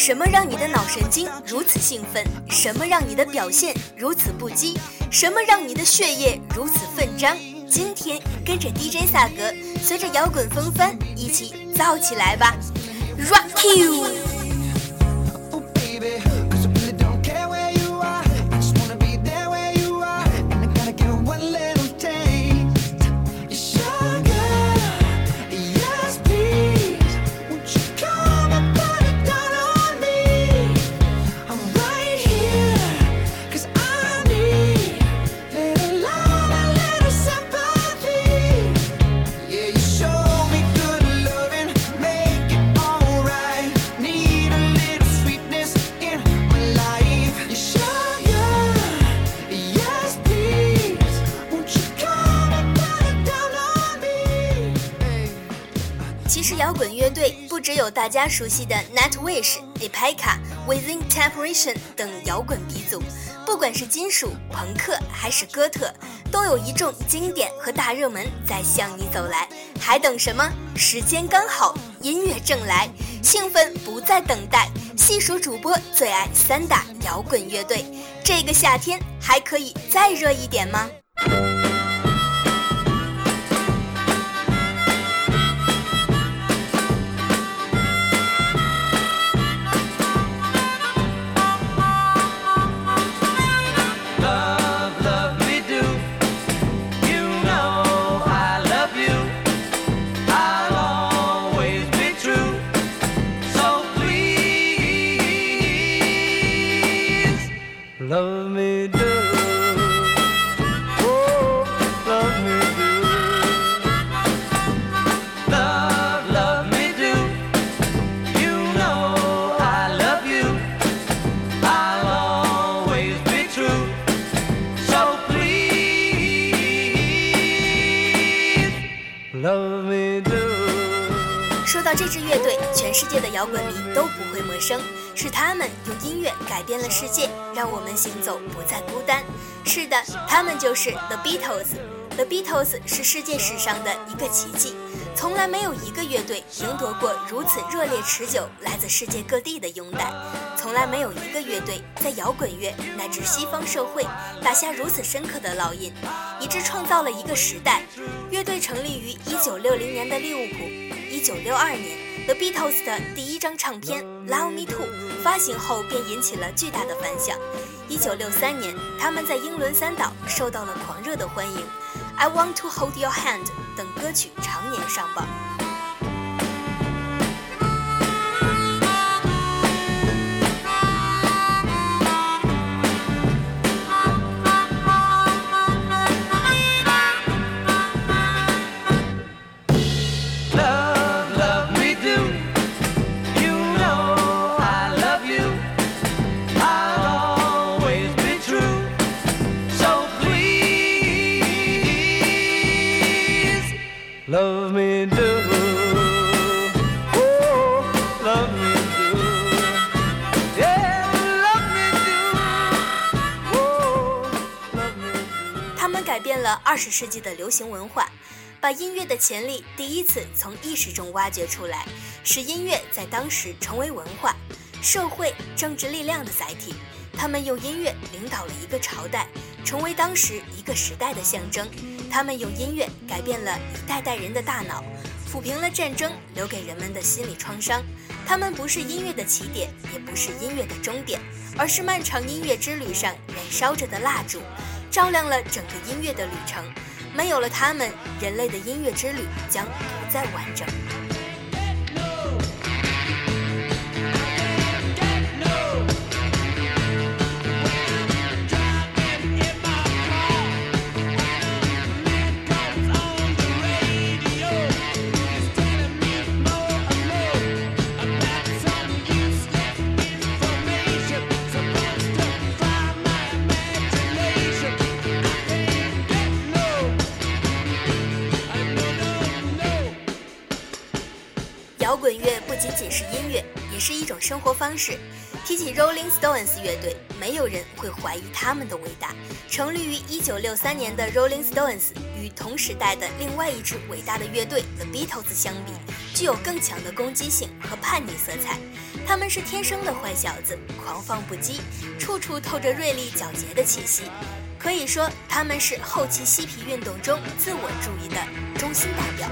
什么让你的脑神经如此兴奋？什么让你的表现如此不羁？什么让你的血液如此奋张？今天跟着 DJ 萨格，随着摇滚风帆一起燥起来吧 ！Rock you！摇滚乐队不只有大家熟悉的 Nightwish、Epica、Within Temptation 等摇滚鼻祖，不管是金属、朋克还是哥特，都有一众经典和大热门在向你走来。还等什么？时间刚好，音乐正来，兴奋不再等待。细数主播最爱3大摇滚乐队，这个夏天还可以再热一点吗 ？Love me do, oh, love me do. Love me do. You know I love you. I'll always be true. So please, love me do. 说到这支乐队，全世界的摇滚迷都不会陌生。是他们用音乐改变了世界，让我们行走不再孤单。是的，他们就是 The Beatles。The Beatles 是世界史上的一个奇迹，从来没有一个乐队赢得过如此热烈持久、来自世界各地的拥戴，从来没有一个乐队在摇滚乐乃至西方社会打下如此深刻的烙印，以致创造了一个时代。乐队成立于1960年的利物浦，1962年。The Beatles 的第一张唱片《Love Me Too》发行后便引起了巨大的反响。1963年，他们在英伦三岛受到了狂热的欢迎，《I Want to Hold Your Hand》等歌曲常年上榜。 Love me do, oh, love me do, yeah, love me do, oh, love me do。 他们改变了20世纪的流行文化，把音乐的潜力第一次从意识中挖掘出来，使音乐在当时成为文化、社会、政治力量的载体。他们用音乐领导了一个朝代，成为当时一个时代的象征。他们用音乐改变了一代代人的大脑，抚平了战争留给人们的心理创伤。他们不是音乐的起点，也不是音乐的终点，而是漫长音乐之旅上燃烧着的蜡烛，照亮了整个音乐的旅程。没有了他们，人类的音乐之旅将不再完整。摇滚乐不仅仅是音乐，也是一种生活方式。提起 Rolling Stones 乐队，没有人会怀疑他们的伟大。成立于1963年的 Rolling Stones 与同时代的另外一支伟大的乐队 The Beatles 相比， 具有更强的攻击性和叛逆色彩。他们是天生的坏小子，狂放不羁，处处透着锐利皎洁的气息。可以说，他们是后期嬉皮运动中自我主义的中心代表。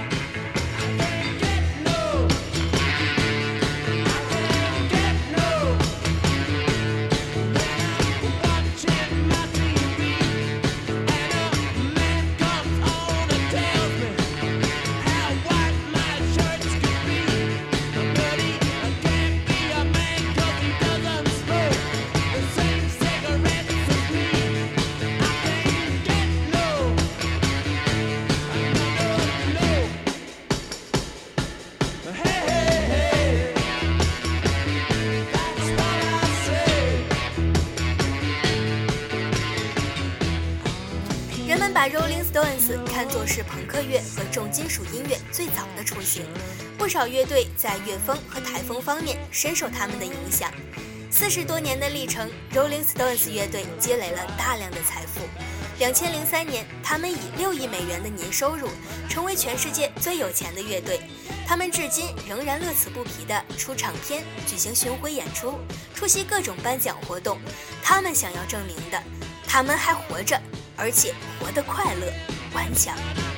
人们把 Rolling Stones 看作是朋克乐和重金属音乐最早的雏形，不少乐队在乐风和台风方面深受他们的影响。40多年的历程 ，Rolling Stones 乐队积累了大量的财富。2003年，他们以6亿美元的年收入，成为全世界最有钱的乐队。他们至今仍然乐此不疲地出唱片、举行巡回演出、出席各种颁奖活动。他们想要证明的，他们还活着。而且活得快乐、顽强。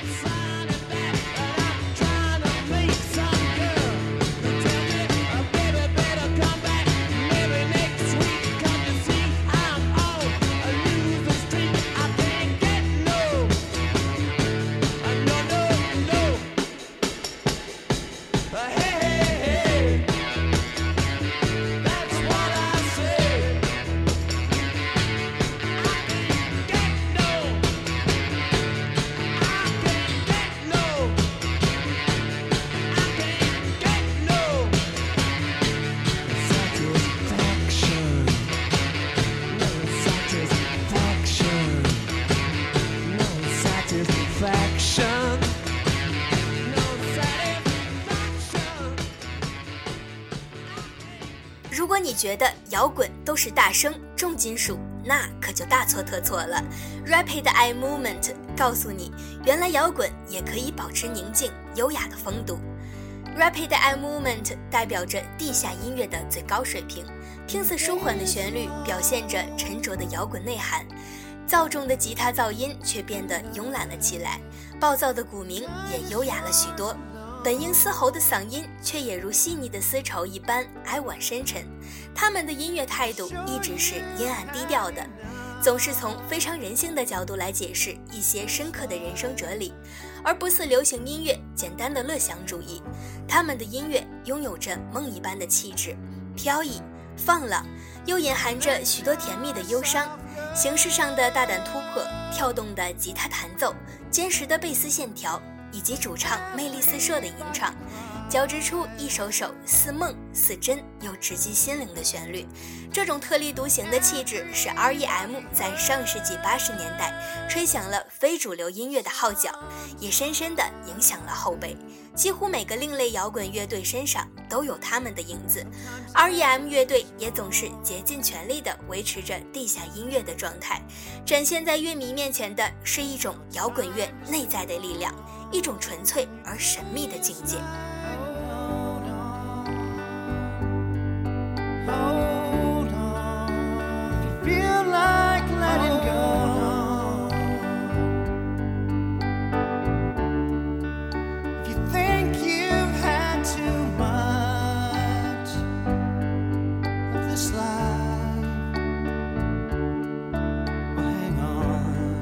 如果你觉得摇滚都是大声重金属，那可就大错特错了。Rapid Eye Movement 告诉你，原来摇滚也可以保持宁静优雅的风度。Rapid Eye Movement 代表着地下音乐的最高水平，听似舒缓的旋律表现着沉着的摇滚内涵，躁重的吉他噪音却变得慵懒了起来，暴躁的鼓鸣也优雅了许多。本应嘶吼的嗓音却也如细腻的丝绸一般哀婉深沉，他们的音乐态度一直是阴暗低调的，总是从非常人性的角度来解释一些深刻的人生哲理，而不似流行音乐简单的乐享主义。他们的音乐拥有着梦一般的气质，飘逸、放浪，又隐含着许多甜蜜的忧伤。形式上的大胆突破，跳动的吉他弹奏，坚实的贝斯线条，以及主唱魅力四射的吟唱，交织出一首首似梦似真又直击心灵的旋律。这种特立独行的气质使 R.E.M. 在上世纪80年代吹响了非主流音乐的号角，也深深地影响了后辈。几乎每个另类摇滚乐队身上都有他们的影子， R.E.M. 乐队也总是竭尽全力地维持着地下音乐的状态，展现在乐迷面前的是一种摇滚乐内在的力量，一种纯粹而神秘的境界。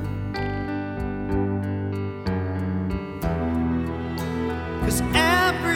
'Cause every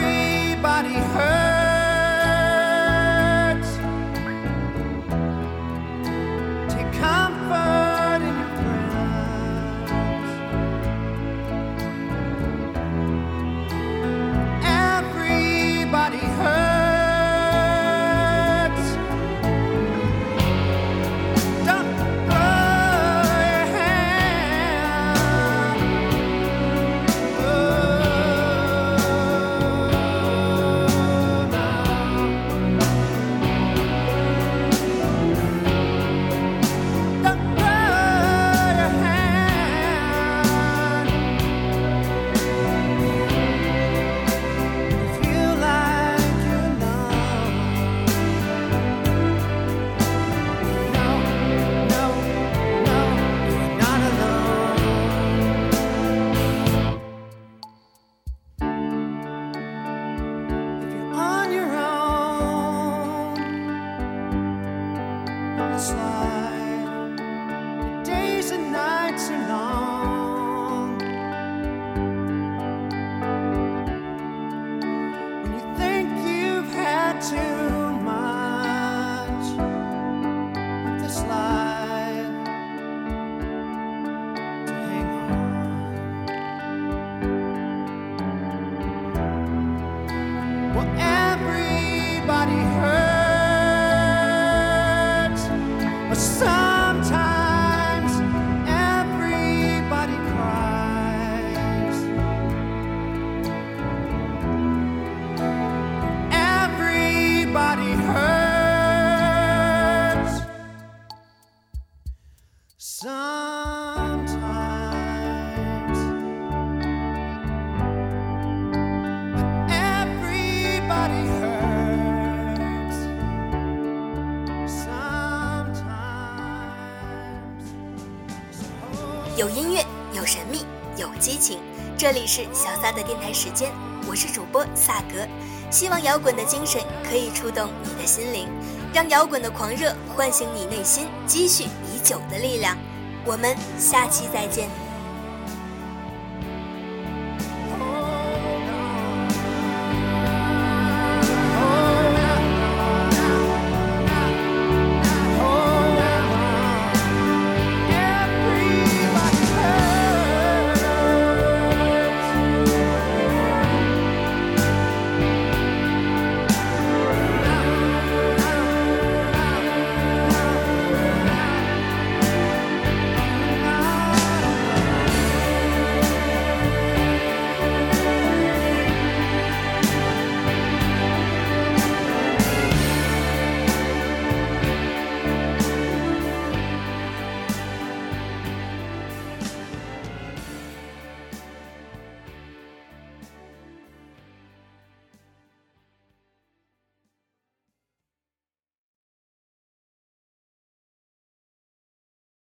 this life, the days and nights are long. When you think you've had too much of this life to hang on. Well, everybody hurts, but sometimes everybody cries. Everybody hurts sometimes, but everybody hurts sometimes. 有音乐，有神秘，有激情。这里是小撒的电台时间，我是主播萨格。希望摇滚的精神可以触动你的心灵，让摇滚的狂热唤醒你内心积蓄已久的力量。我们下期再见。